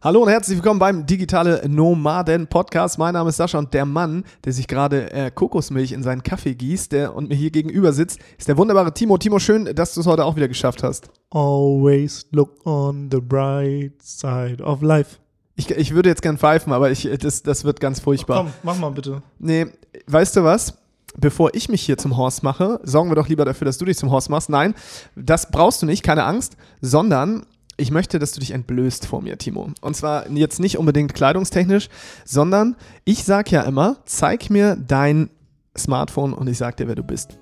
Hallo und herzlich willkommen beim Digitale Nomaden Podcast. Mein Name ist Sascha und der Mann, der sich gerade Kokosmilch in seinen Kaffee gießt und mir hier gegenüber sitzt, ist der wunderbare Timo. Timo, schön, dass du es heute auch wieder geschafft hast. Always look on the bright side of life. Ich würde jetzt gern pfeifen, aber das wird ganz furchtbar. Komm, mach mal bitte. Nee, weißt du was? Bevor ich mich hier zum Horst mache, sorgen wir doch lieber dafür, dass du dich zum Horst machst. Nein, das brauchst du nicht, keine Angst, sondern ich möchte, dass du dich entblößt vor mir, Timo. Und zwar jetzt nicht unbedingt kleidungstechnisch, sondern ich sag ja immer, zeig mir dein Smartphone und ich sag dir, wer du bist.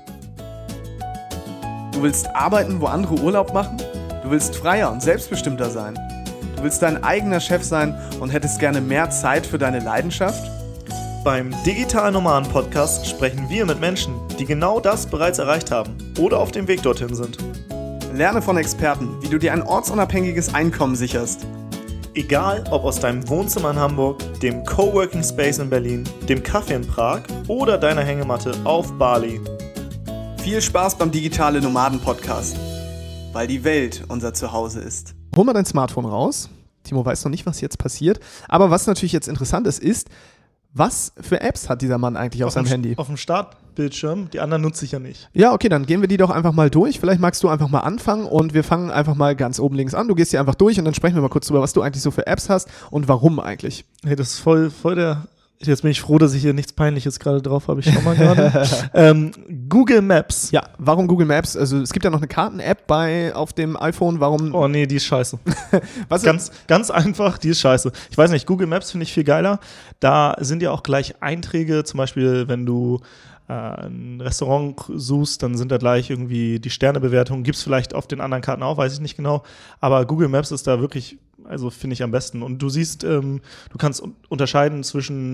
Du willst arbeiten, wo andere Urlaub machen? Du willst freier und selbstbestimmter sein? Du willst dein eigener Chef sein und hättest gerne mehr Zeit für deine Leidenschaft? Beim Digitalen Nomaden Podcast sprechen wir mit Menschen, die genau das bereits erreicht haben oder auf dem Weg dorthin sind. Lerne von Experten, wie du dir ein ortsunabhängiges Einkommen sicherst. Egal, ob aus deinem Wohnzimmer in Hamburg, dem Coworking Space in Berlin, dem Café in Prag oder deiner Hängematte auf Bali. Viel Spaß beim Digitale Nomaden Podcast, weil die Welt unser Zuhause ist. Hol mal dein Smartphone raus. Timo weiß noch nicht, was jetzt passiert. Aber was natürlich jetzt interessant ist, was für Apps hat dieser Mann eigentlich auf seinem Handy? Auf dem Startbildschirm, die anderen nutze ich ja nicht. Ja, okay, dann gehen wir die doch einfach mal durch. Vielleicht magst du einfach mal anfangen und wir fangen einfach mal ganz oben links an. Du gehst hier einfach durch und dann sprechen wir mal kurz drüber, was du eigentlich so für Apps hast und warum eigentlich. Hey, das ist voll der... Jetzt bin ich froh, dass ich hier nichts Peinliches gerade drauf habe. Ich schau mal gerade. Google Maps. Ja, warum Google Maps? Also es gibt ja noch eine Karten-App auf dem iPhone. Warum? Oh nee, die ist scheiße. Was ganz einfach, die ist scheiße. Ich weiß nicht, Google Maps finde ich viel geiler. Da sind ja auch gleich Einträge, zum Beispiel, wenn du ein Restaurant suchst, dann sind da gleich irgendwie die Sternebewertungen. Gibt es vielleicht auf den anderen Karten auch, weiß ich nicht genau. Aber Google Maps ist da wirklich, also finde ich am besten. Und du siehst, du kannst unterscheiden zwischen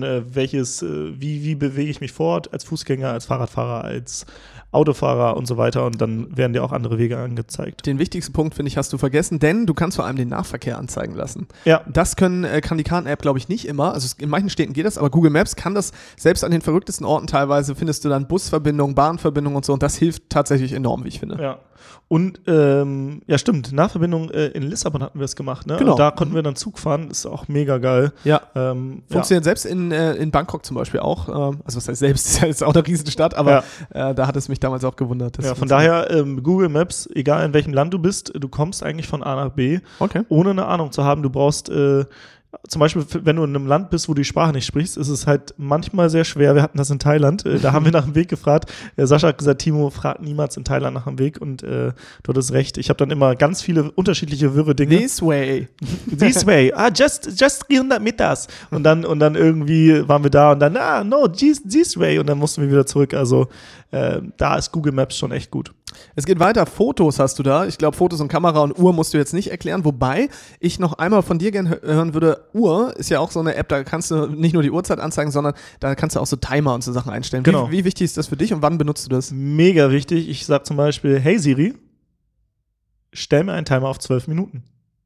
wie bewege ich mich fort als Fußgänger, als Fahrradfahrer, als Autofahrer und so weiter. Und dann werden dir auch andere Wege angezeigt. Den wichtigsten Punkt, finde ich, hast du vergessen, denn du kannst vor allem den Nahverkehr anzeigen lassen. Ja. Das kann die Karten-App, glaube ich, nicht immer. Also in manchen Städten geht das, aber Google Maps kann das, selbst an den verrücktesten Orten teilweise, findest du dann Busverbindungen, Bahnverbindungen und so. Und das hilft tatsächlich enorm, wie ich finde. Ja. Und, ja stimmt, Nahverbindung in Lissabon hatten wir es gemacht, ne? Genau. Und da konnten wir dann Zug fahren, ist auch mega geil. Ja, funktioniert selbst in Bangkok zum Beispiel auch. Also was heißt selbst, ist ja jetzt auch eine Riesenstadt, aber da hat es mich damals auch gewundert. Ja, von daher, Google Maps, egal in welchem Land du bist, du kommst eigentlich von A nach B, ohne eine Ahnung zu haben. Du brauchst zum Beispiel, wenn du in einem Land bist, wo du die Sprache nicht sprichst, ist es halt manchmal sehr schwer. Wir hatten das in Thailand, da haben wir nach dem Weg gefragt. Sascha hat gesagt, Timo, frag niemals in Thailand nach dem Weg und du hattest recht. Ich habe dann immer ganz viele unterschiedliche wirre Dinge. This way. This way. Just 300 Meters. Und dann irgendwie waren wir da und dann, no, this way. Und dann mussten wir wieder zurück. Also da ist Google Maps schon echt gut. Es geht weiter. Fotos hast du da. Ich glaube, Fotos und Kamera und Uhr musst du jetzt nicht erklären. Wobei ich noch einmal von dir gerne hören würde, Uhr ist ja auch so eine App, da kannst du nicht nur die Uhrzeit anzeigen, sondern da kannst du auch so Timer und so Sachen einstellen. Genau. Wie wichtig ist das für dich und wann benutzt du das? Mega wichtig. Ich sag zum Beispiel, hey Siri, stell mir einen Timer auf 12 Minuten.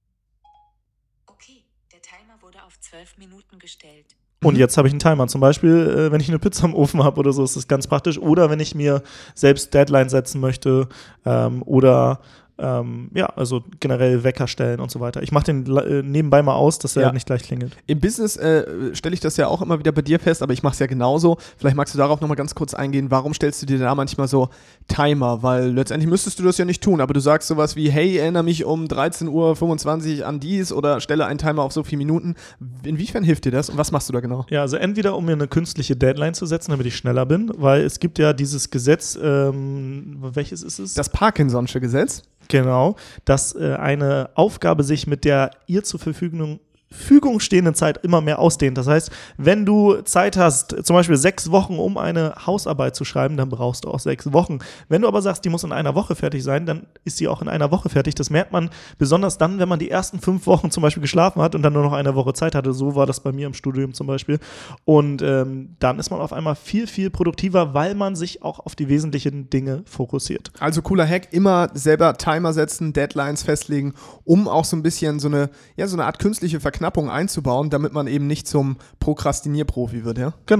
Okay, der Timer wurde auf 12 Minuten gestellt. Und jetzt habe ich einen Timer. Zum Beispiel, wenn ich eine Pizza im Ofen habe oder so, ist das ganz praktisch. Oder wenn ich mir selbst Deadline setzen möchte oder also generell Wecker stellen und so weiter. Ich mache den nebenbei mal aus, dass er nicht gleich klingelt. Im Business stelle ich das ja auch immer wieder bei dir fest, aber ich mache es ja genauso. Vielleicht magst du darauf nochmal ganz kurz eingehen. Warum stellst du dir da manchmal so Timer? Weil letztendlich müsstest du das ja nicht tun, aber du sagst sowas wie, hey, erinnere mich um 13:25 Uhr an dies oder stelle einen Timer auf so viele Minuten. Inwiefern hilft dir das und was machst du da genau? Ja, also entweder um mir eine künstliche Deadline zu setzen, damit ich schneller bin, weil es gibt ja dieses Gesetz, welches ist es? Das Parkinson'sche Gesetz. Genau, dass eine Aufgabe sich mit der ihr zur Verfügung stehenden Zeit immer mehr ausdehnt. Das heißt, wenn du Zeit hast, zum Beispiel 6 Wochen, um eine Hausarbeit zu schreiben, dann brauchst du auch 6 Wochen. Wenn du aber sagst, die muss in einer Woche fertig sein, dann ist sie auch in einer Woche fertig. Das merkt man besonders dann, wenn man die ersten 5 Wochen zum Beispiel geschlafen hat und dann nur noch eine Woche Zeit hatte. So war das bei mir im Studium zum Beispiel. Und dann ist man auf einmal viel, viel produktiver, weil man sich auch auf die wesentlichen Dinge fokussiert. Also cooler Hack, immer selber Timer setzen, Deadlines festlegen, um auch so ein bisschen so eine Art künstliche Verknappung einzubauen, damit man eben nicht zum Prokrastinierprofi wird, ja? Genau.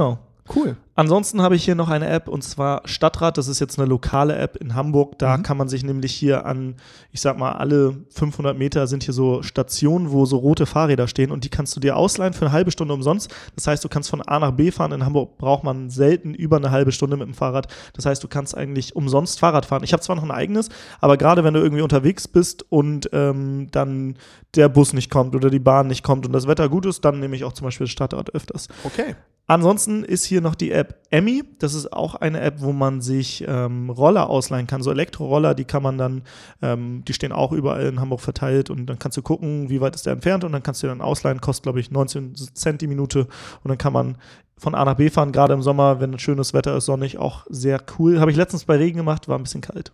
Cool. Ansonsten habe ich hier noch eine App, und zwar Stadtrat. Das ist jetzt eine lokale App in Hamburg. Da kann man sich nämlich hier an, ich sag mal, alle 500 Meter sind hier so Stationen, wo so rote Fahrräder stehen, und die kannst du dir ausleihen für eine halbe Stunde umsonst. Das heißt, du kannst von A nach B fahren. In Hamburg braucht man selten über eine halbe Stunde mit dem Fahrrad. Das heißt, du kannst eigentlich umsonst Fahrrad fahren. Ich habe zwar noch ein eigenes, aber gerade wenn du irgendwie unterwegs bist und dann der Bus nicht kommt oder die Bahn nicht kommt und das Wetter gut ist, dann nehme ich auch zum Beispiel das Stadtrad öfters. Okay. Ansonsten ist hier noch die App Emmi. Das ist auch eine App, wo man sich Roller ausleihen kann. So Elektroroller, die kann man dann, die stehen auch überall in Hamburg verteilt, und dann kannst du gucken, wie weit ist der entfernt, und dann kannst du dir dann ausleihen. Kostet, glaube ich, 19 Cent die Minute, und dann kann man von A nach B fahren, gerade im Sommer, wenn schönes Wetter ist, sonnig, auch sehr cool. Habe ich letztens bei Regen gemacht, war ein bisschen kalt.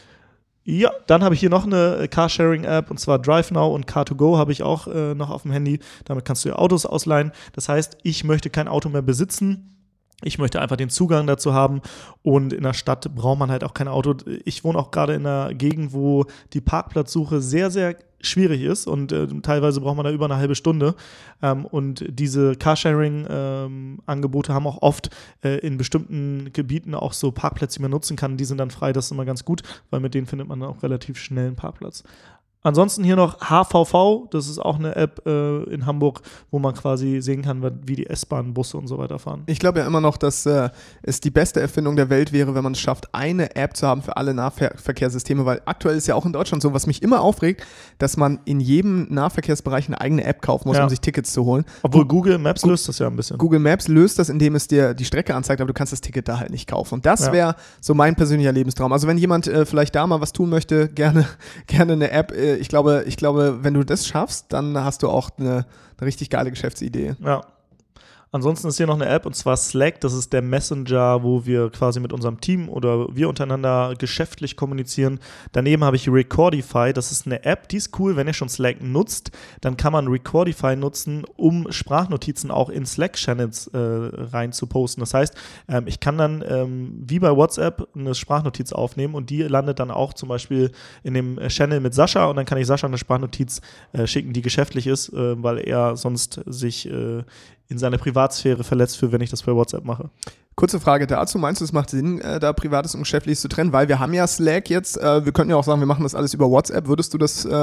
Ja, dann habe ich hier noch eine Carsharing-App, und zwar DriveNow und Car2Go habe ich auch noch auf dem Handy. Damit kannst du dir Autos ausleihen. Das heißt, ich möchte kein Auto mehr besitzen. Ich möchte einfach den Zugang dazu haben, und in der Stadt braucht man halt auch kein Auto. Ich wohne auch gerade in einer Gegend, wo die Parkplatzsuche sehr, sehr schwierig ist, und teilweise braucht man da über eine halbe Stunde. Und diese Carsharing-Angebote haben auch oft in bestimmten Gebieten auch so Parkplätze, die man nutzen kann. Die sind dann frei, das ist immer ganz gut, weil mit denen findet man dann auch relativ schnell einen Parkplatz. Ansonsten hier noch HVV, das ist auch eine App in Hamburg, wo man quasi sehen kann, wie die S-Bahn, Busse und so weiter fahren. Ich glaube ja immer noch, dass es die beste Erfindung der Welt wäre, wenn man es schafft, eine App zu haben für alle Nahverkehrssysteme, weil aktuell ist ja auch in Deutschland so, was mich immer aufregt, dass man in jedem Nahverkehrsbereich eine eigene App kaufen muss, um sich Tickets zu holen. Obwohl Google Maps löst das ja ein bisschen. Google Maps löst das, indem es dir die Strecke anzeigt, aber du kannst das Ticket da halt nicht kaufen. Und das wäre so mein persönlicher Lebenstraum. Also wenn jemand vielleicht da mal was tun möchte, gerne eine App. Ich glaube, wenn du das schaffst, dann hast du auch eine richtig geile Geschäftsidee. Ja. Ansonsten ist hier noch eine App, und zwar Slack. Das ist der Messenger, wo wir quasi mit unserem Team oder wir untereinander geschäftlich kommunizieren. Daneben habe ich Recordify. Das ist eine App, die ist cool. Wenn ihr schon Slack nutzt, dann kann man Recordify nutzen, um Sprachnotizen auch in Slack-Channels rein zu posten. Das heißt, ich kann dann wie bei WhatsApp eine Sprachnotiz aufnehmen, und die landet dann auch zum Beispiel in dem Channel mit Sascha, und dann kann ich Sascha eine Sprachnotiz schicken, die geschäftlich ist, weil er sonst sich in seine Privatsphäre verletzt für, wenn ich das bei WhatsApp mache. Kurze Frage dazu, meinst du, es macht Sinn, da Privates und Geschäftliches zu trennen? Weil wir haben ja Slack jetzt, wir könnten ja auch sagen, wir machen das alles über WhatsApp. Würdest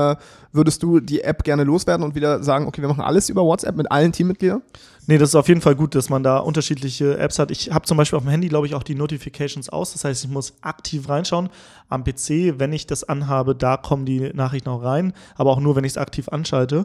du die App gerne loswerden und wieder sagen, okay, wir machen alles über WhatsApp mit allen Teammitgliedern? Nee, das ist auf jeden Fall gut, dass man da unterschiedliche Apps hat. Ich habe zum Beispiel auf dem Handy, glaube ich, auch die Notifications aus. Das heißt, ich muss aktiv reinschauen. Am PC, wenn ich das anhabe, da kommen die Nachrichten auch rein, aber auch nur, wenn ich es aktiv anschalte.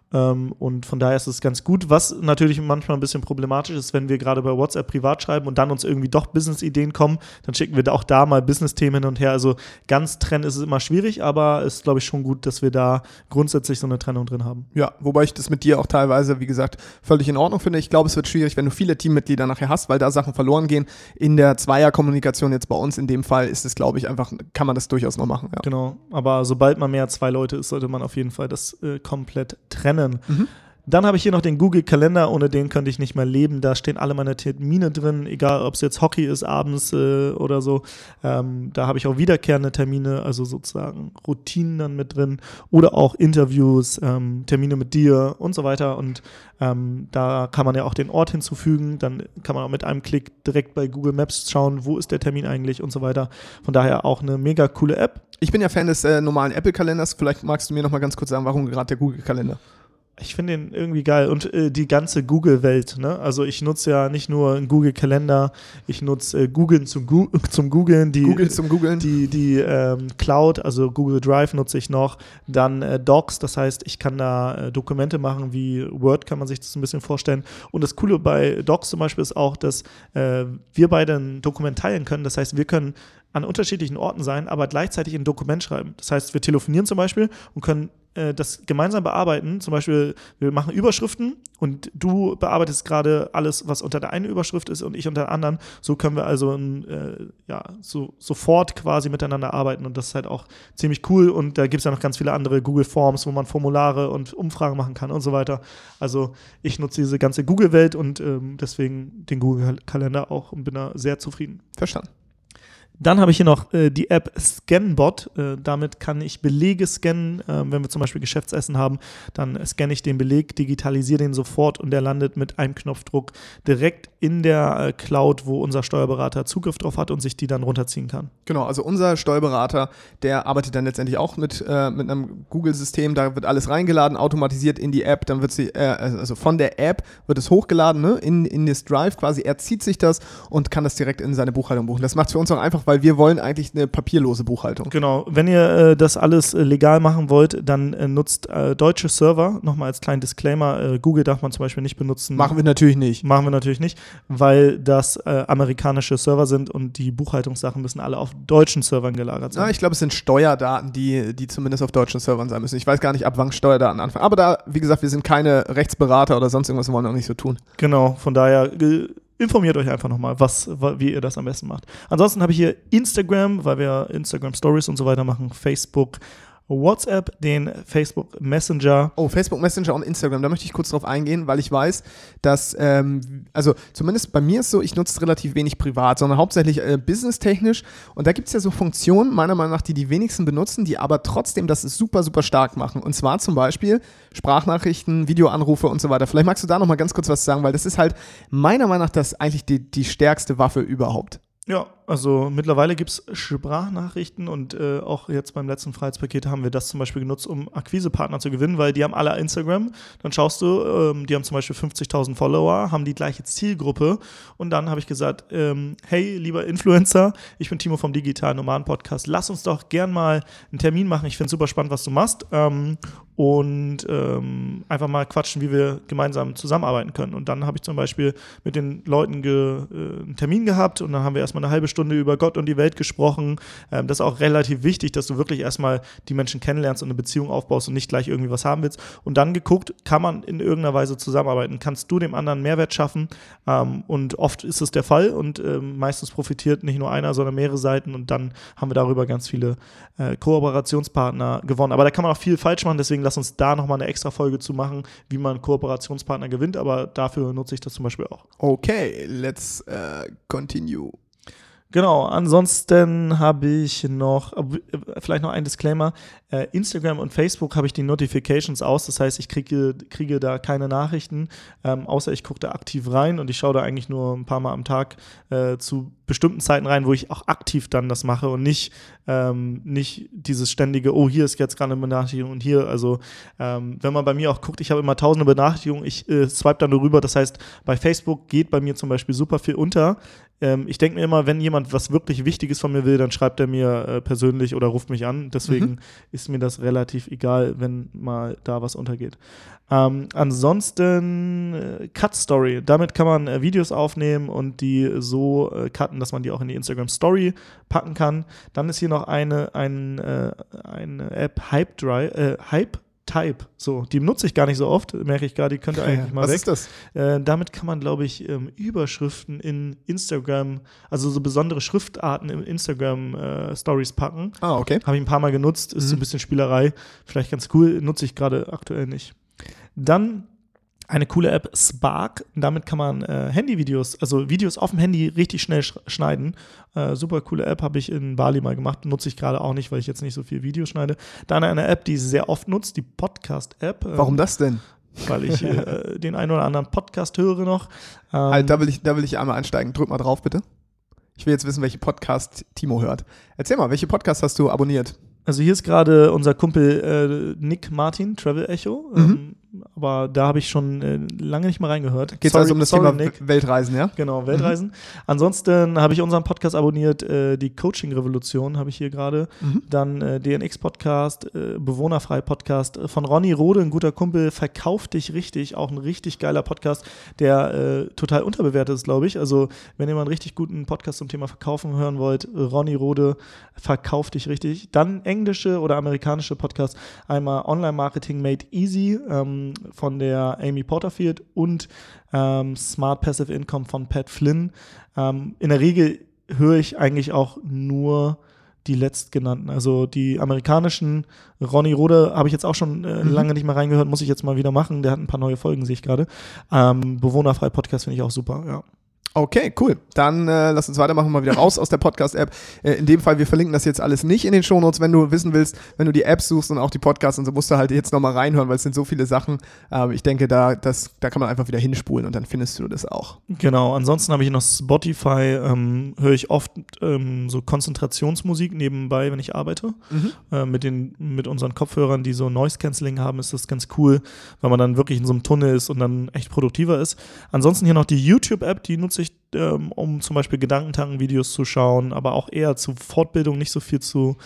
Und von daher ist es ganz gut. Was natürlich manchmal ein bisschen problematisch ist, wenn wir gerade bei WhatsApp privat schreiben und dann uns irgendwie doch Business-Ideen kommen, dann schicken wir auch da mal Business-Themen hin und her. Also ganz trennen ist es immer schwierig, aber es ist, glaube ich, schon gut, dass wir da grundsätzlich so eine Trennung drin haben. Ja, wobei ich das mit dir auch teilweise, wie gesagt, völlig in Ordnung finde. Ich glaube, es wird schwierig, wenn du viele Teammitglieder nachher hast, weil da Sachen verloren gehen. In der Zweierkommunikation jetzt bei uns in dem Fall ist es, glaube ich, einfach, kann man das durchaus noch machen. Ja. Genau, aber sobald man mehr als 2 Leute ist, sollte man auf jeden Fall das komplett trennen. Dann habe ich hier noch den Google-Kalender, ohne den könnte ich nicht mehr leben. Da stehen alle meine Termine drin, egal ob es jetzt Hockey ist, abends oder so. Da habe ich auch wiederkehrende Termine, also sozusagen Routinen dann mit drin oder auch Interviews, Termine mit dir und so weiter. Und da kann man ja auch den Ort hinzufügen. Dann kann man auch mit einem Klick direkt bei Google Maps schauen, wo ist der Termin eigentlich und so weiter. Von daher auch eine mega coole App. Ich bin ja Fan des normalen Apple-Kalenders. Vielleicht magst du mir noch mal ganz kurz sagen, warum gerade der Google-Kalender? Ich finde den irgendwie geil, und die ganze Google-Welt, ne? Also ich nutze ja nicht nur einen Google-Kalender, ich nutze Google zum Googlen, die Cloud, also Google Drive nutze ich noch, dann Docs, das heißt, ich kann da Dokumente machen, wie Word kann man sich das ein bisschen vorstellen. Und das Coole bei Docs zum Beispiel ist auch, dass wir beide ein Dokument teilen können, das heißt, wir können an unterschiedlichen Orten sein, aber gleichzeitig ein Dokument schreiben. Das heißt, wir telefonieren zum Beispiel und können das gemeinsam bearbeiten. Zum Beispiel, wir machen Überschriften und du bearbeitest gerade alles, was unter der einen Überschrift ist und ich unter der anderen. So können wir also sofort quasi miteinander arbeiten, und das ist halt auch ziemlich cool. Und da gibt es ja noch ganz viele andere Google Forms, wo man Formulare und Umfragen machen kann und so weiter. Also ich nutze diese ganze Google-Welt und deswegen den Google-Kalender auch und bin da sehr zufrieden. Verstanden. Dann habe ich hier noch die App Scanbot. Damit kann ich Belege scannen. Wenn wir zum Beispiel Geschäftsessen haben, dann scanne ich den Beleg, digitalisiere den sofort und der landet mit einem Knopfdruck direkt in der Cloud, wo unser Steuerberater Zugriff drauf hat und sich die dann runterziehen kann. Genau, also unser Steuerberater, der arbeitet dann letztendlich auch mit einem Google-System. Da wird alles reingeladen, automatisiert in die App. Dann wird sie, also von der App wird es hochgeladen, ne, in das Drive quasi. Er zieht sich das und kann das direkt in seine Buchhaltung buchen. Das macht es für uns auch einfach, weil wir wollen eigentlich eine papierlose Buchhaltung. Genau, wenn ihr das alles legal machen wollt, dann nutzt deutsche Server. Nochmal als kleinen Disclaimer, Google darf man zum Beispiel nicht benutzen. Machen wir natürlich nicht. Weil das amerikanische Server sind und die Buchhaltungssachen müssen alle auf deutschen Servern gelagert sein. Ja, ich glaube, es sind Steuerdaten, die zumindest auf deutschen Servern sein müssen. Ich weiß gar nicht, ab wann Steuerdaten anfangen. Aber da, wie gesagt, wir sind keine Rechtsberater oder sonst irgendwas, wir wollen auch nicht so tun. Genau, von daher informiert euch einfach nochmal, wie ihr das am besten macht. Ansonsten habe ich hier Instagram, weil wir Instagram Stories und so weiter machen, Facebook, WhatsApp, den Facebook Messenger. Oh, Facebook Messenger und Instagram, da möchte ich kurz drauf eingehen, weil ich weiß, dass, also zumindest bei mir ist so, ich nutze es relativ wenig privat, sondern hauptsächlich businesstechnisch, und da gibt es ja so Funktionen, meiner Meinung nach, die wenigsten benutzen, die aber trotzdem das super, super stark machen, und zwar zum Beispiel Sprachnachrichten, Videoanrufe und so weiter. Vielleicht magst du da nochmal ganz kurz was sagen, weil das ist halt meiner Meinung nach das eigentlich die stärkste Waffe überhaupt. Ja, also mittlerweile gibt es Sprachnachrichten und auch jetzt beim letzten Freiheitspaket haben wir das zum Beispiel genutzt, um Akquisepartner zu gewinnen, weil die haben alle Instagram. Dann schaust du, die haben zum Beispiel 50.000 Follower, haben die gleiche Zielgruppe, und dann habe ich gesagt, hey, lieber Influencer, ich bin Timo vom Digitalen Nomaden Podcast, lass uns doch gern mal einen Termin machen, ich finde es super spannend, was du machst, und einfach mal quatschen, wie wir gemeinsam zusammenarbeiten können. Und dann habe ich zum Beispiel mit den Leuten einen Termin gehabt, und dann haben wir erstmal eine halbe Stunde über Gott und die Welt gesprochen. Das ist auch relativ wichtig, dass du wirklich erstmal die Menschen kennenlernst und eine Beziehung aufbaust und nicht gleich irgendwie was haben willst. Und dann geguckt, kann man in irgendeiner Weise zusammenarbeiten? Kannst du dem anderen Mehrwert schaffen? Und oft ist es der Fall, und meistens profitiert nicht nur einer, sondern mehrere Seiten, und dann haben wir darüber ganz viele Kooperationspartner gewonnen. Aber da kann man auch viel falsch machen, deswegen lass uns da nochmal eine extra Folge zu machen, wie man Kooperationspartner gewinnt, aber dafür nutze ich das zum Beispiel auch. Okay, let's continue. Genau, ansonsten habe ich vielleicht noch ein Disclaimer, Instagram und Facebook habe ich die Notifications aus, das heißt, ich kriege da keine Nachrichten, außer ich gucke da aktiv rein, und ich schaue da eigentlich nur ein paar Mal am Tag zu bestimmten Zeiten rein, wo ich auch aktiv dann das mache und nicht dieses ständige, oh, hier ist jetzt gerade eine Benachrichtigung und hier, also wenn man bei mir auch guckt, ich habe immer tausende Benachrichtigungen, ich swipe dann nur rüber, das heißt, bei Facebook geht bei mir zum Beispiel super viel unter. Ich denke mir immer, wenn jemand was wirklich Wichtiges von mir will, dann schreibt er mir persönlich oder ruft mich an. Deswegen ist mir das relativ egal, wenn mal da was untergeht. Ansonsten Cut Story. Damit kann man Videos aufnehmen und die so cutten, dass man die auch in die Instagram Story packen kann. Dann ist hier noch eine App, Hype-Type, so, die benutze ich gar nicht so oft, merke ich gerade, die könnte eigentlich mal weg. Was ist das? Damit kann man, glaube ich, Überschriften in Instagram, also so besondere Schriftarten in Instagram-Stories packen. Ah, okay. Habe ich ein paar Mal genutzt, ist so ein bisschen Spielerei, vielleicht ganz cool, nutze ich gerade aktuell nicht. Dann eine coole App, Spark. Damit kann man Handyvideos, also Videos auf dem Handy richtig schnell schneiden. Super coole App, habe ich in Bali mal gemacht. Nutze ich gerade auch nicht, weil ich jetzt nicht so viel Videos schneide. Dann eine App, die ich sehr oft nutze, die Podcast-App. Warum das denn? Weil ich den einen oder anderen Podcast höre noch. Halt, da will ich einmal einsteigen. Drück mal drauf, bitte. Ich will jetzt wissen, welche Podcast Timo hört. Erzähl mal, welche Podcasts hast du abonniert? Also hier ist gerade unser Kumpel Nick Martin, Travel Echo. Aber da habe ich schon lange nicht mehr reingehört. Geht es also um das Thema Weltreisen, ja? Genau, Weltreisen. Ansonsten habe ich unseren Podcast abonniert, die Coaching-Revolution habe ich hier gerade. Dann DNX-Podcast, Bewohnerfrei-Podcast von Ronny Rode, ein guter Kumpel, Verkauf dich richtig, auch ein richtig geiler Podcast, der total unterbewertet ist, glaube ich. Also wenn ihr mal einen richtig guten Podcast zum Thema Verkaufen hören wollt, Ronny Rode, Verkauf dich richtig. Dann englische oder amerikanische Podcasts, einmal Online-Marketing Made Easy, von der Amy Porterfield und Smart Passive Income von Pat Flynn. In der Regel höre ich eigentlich auch nur die letztgenannten. Also die amerikanischen, Ronny Rode habe ich jetzt auch schon lange nicht mehr reingehört, muss ich jetzt mal wieder machen. Der hat ein paar neue Folgen, sehe ich gerade. Bewohnerfrei Podcast finde ich auch super, ja. Okay, cool. Dann lass uns weitermachen, mal wieder raus aus der Podcast-App. In dem Fall, wir verlinken das jetzt alles nicht in den Shownotes. Wenn du wissen willst, wenn du die Apps suchst und auch die Podcasts und so, musst du halt jetzt nochmal reinhören, weil es sind so viele Sachen. Ich denke, da kann man einfach wieder hinspulen und dann findest du das auch. Genau, ansonsten habe ich noch Spotify, höre ich oft so Konzentrationsmusik nebenbei, wenn ich arbeite. Mit unseren Kopfhörern, die so Noise-Canceling haben, ist das ganz cool, weil man dann wirklich in so einem Tunnel ist und dann echt produktiver ist. Ansonsten hier noch die YouTube-App, die nutze ich, um zum Beispiel Gedankentanken-Videos zu schauen, aber auch eher zu Fortbildung, nicht so viel zum,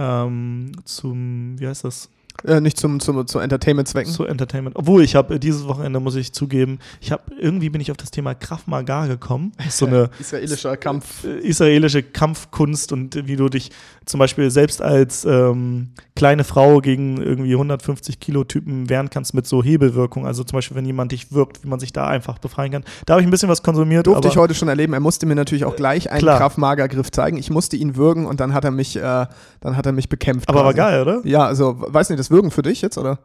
wie heißt das? Nicht zu Entertainment-Zwecken. Zu Entertainment. Obwohl, ich habe dieses Wochenende, muss ich zugeben, irgendwie bin ich auf das Thema Krav Maga gekommen. Das ist so eine israelische Kampfkunst und wie du dich zum Beispiel selbst als kleine Frau gegen irgendwie 150 Kilo Typen wehren kannst mit so Hebelwirkung. Also zum Beispiel, wenn jemand dich wirkt, wie man sich da einfach befreien kann. Da habe ich ein bisschen was konsumiert. Durfte ich heute schon erleben. Er musste mir natürlich auch gleich einen Krav Maga-Griff zeigen. Ich musste ihn würgen und dann hat er mich bekämpft. Aber quasi. War geil, oder? Ja, also, weiß nicht, das Würgen für dich jetzt, oder?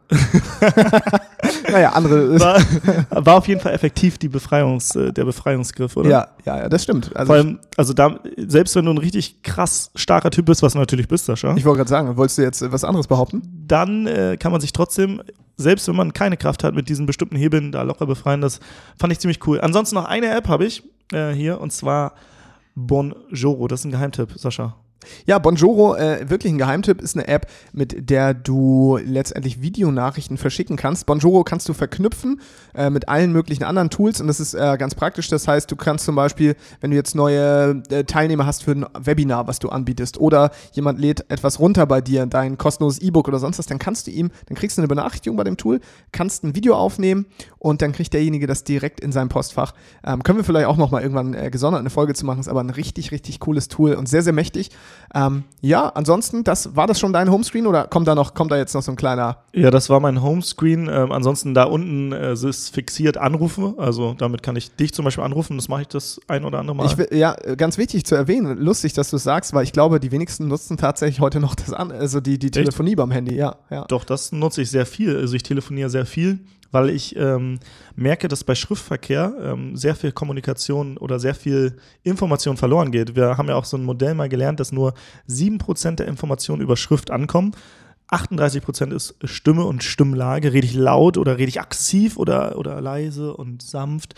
Naja, andere. War auf jeden Fall effektiv der Befreiungsgriff, oder? Ja, das stimmt. Also vor allem, selbst wenn du ein richtig krass starker Typ bist, was du natürlich bist, Sascha. Ich wollte gerade sagen, wolltest du jetzt was anderes behaupten? Dann kann man sich trotzdem, selbst wenn man keine Kraft hat, mit diesen bestimmten Hebeln da locker befreien. Das fand ich ziemlich cool. Ansonsten noch eine App habe ich hier, und zwar Bonjoro. Das ist ein Geheimtipp, Sascha. Ja, Bonjoro, wirklich ein Geheimtipp, ist eine App, mit der du letztendlich Videonachrichten verschicken kannst. Bonjoro kannst du verknüpfen mit allen möglichen anderen Tools und das ist ganz praktisch. Das heißt, du kannst zum Beispiel, wenn du jetzt neue Teilnehmer hast für ein Webinar, was du anbietest, oder jemand lädt etwas runter bei dir, dein kostenloses E-Book oder sonst was, dann kriegst du eine Benachrichtigung bei dem Tool, kannst ein Video aufnehmen und dann kriegt derjenige das direkt in seinem Postfach. Können wir vielleicht auch nochmal irgendwann gesondert eine Folge zu machen, ist aber ein richtig, richtig cooles Tool und sehr, sehr mächtig. Ansonsten, war das schon dein Homescreen oder kommt da jetzt noch so ein kleiner? Ja, das war mein Homescreen. Ansonsten da unten ist fixiert Anrufe. Also damit kann ich dich zum Beispiel anrufen. Das mache ich das ein oder andere Mal. Ganz wichtig zu erwähnen. Lustig, dass du es sagst, weil ich glaube, die wenigsten nutzen tatsächlich heute noch die Telefonie beim Handy. Ja. Doch, das nutze ich sehr viel. Also ich telefoniere sehr viel, weil ich merke, dass bei Schriftverkehr sehr viel Kommunikation oder sehr viel Information verloren geht. Wir haben ja auch so ein Modell mal gelernt, dass nur 7% der Informationen über Schrift ankommen. 38% ist Stimme und Stimmlage. Rede ich laut oder rede ich aggressiv oder leise und sanft?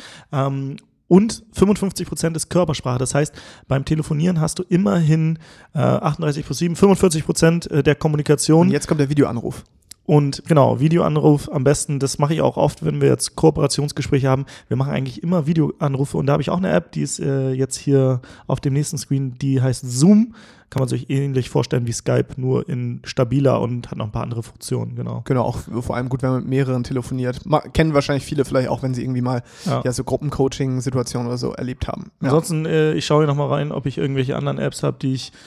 Und 55% ist Körpersprache. Das heißt, beim Telefonieren hast du immerhin 38 plus 7, 45% der Kommunikation. Und jetzt kommt der Videoanruf. Und genau, Videoanruf am besten, das mache ich auch oft, wenn wir jetzt Kooperationsgespräche haben. Wir machen eigentlich immer Videoanrufe und da habe ich auch eine App, die ist jetzt hier auf dem nächsten Screen, die heißt Zoom. Kann man sich ähnlich vorstellen wie Skype, nur in stabiler und hat noch ein paar andere Funktionen, genau. Genau, auch vor allem gut, wenn man mit mehreren telefoniert. Kennen wahrscheinlich viele vielleicht auch, wenn sie irgendwie mal so Gruppencoaching-Situationen oder so erlebt haben. Ja. Ansonsten, ich schaue hier nochmal rein, ob ich irgendwelche anderen Apps habe, die ich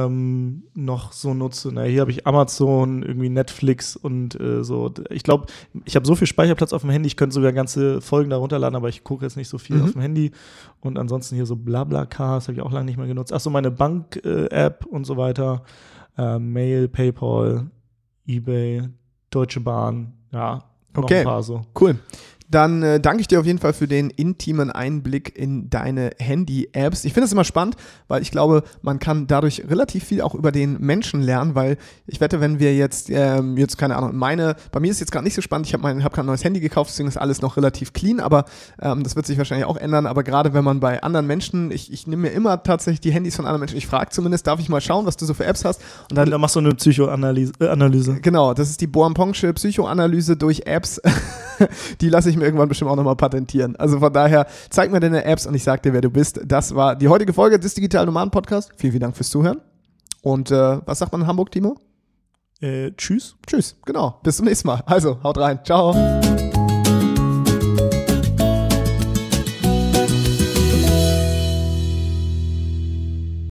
noch so nutze. Hier habe ich Amazon, irgendwie Netflix und so. Ich glaube, ich habe so viel Speicherplatz auf dem Handy, ich könnte sogar ganze Folgen da runterladen, aber ich gucke jetzt nicht so viel auf dem Handy. Und ansonsten hier so BlaBlaCar, das habe ich auch lange nicht mehr genutzt. Achso, meine Bank-App und so weiter. Mail, PayPal, eBay, Deutsche Bahn. Ja, noch ein paar so. Cool. Dann danke ich dir auf jeden Fall für den intimen Einblick in deine Handy-Apps. Ich finde es immer spannend, weil ich glaube, man kann dadurch relativ viel auch über den Menschen lernen, weil ich wette, wenn wir jetzt keine Ahnung, bei mir ist jetzt gerade nicht so spannend, ich habe gerade ein neues Handy gekauft, deswegen ist alles noch relativ clean, aber das wird sich wahrscheinlich auch ändern, aber gerade wenn man bei anderen Menschen, ich nehme mir immer tatsächlich die Handys von anderen Menschen, ich frage zumindest, darf ich mal schauen, was du so für Apps hast? Und dann machst du eine Psychoanalyse. Genau, das ist die Boampong'sche Psychoanalyse durch Apps, die lasse ich mir irgendwann bestimmt auch nochmal patentieren. Also von daher, zeig mir deine Apps und ich sag dir, wer du bist. Das war die heutige Folge des Digital Nomaden Podcast. Vielen Dank fürs Zuhören. Und was sagt man in Hamburg, Timo? Tschüss. Tschüss, genau. Bis zum nächsten Mal. Also, haut rein. Ciao.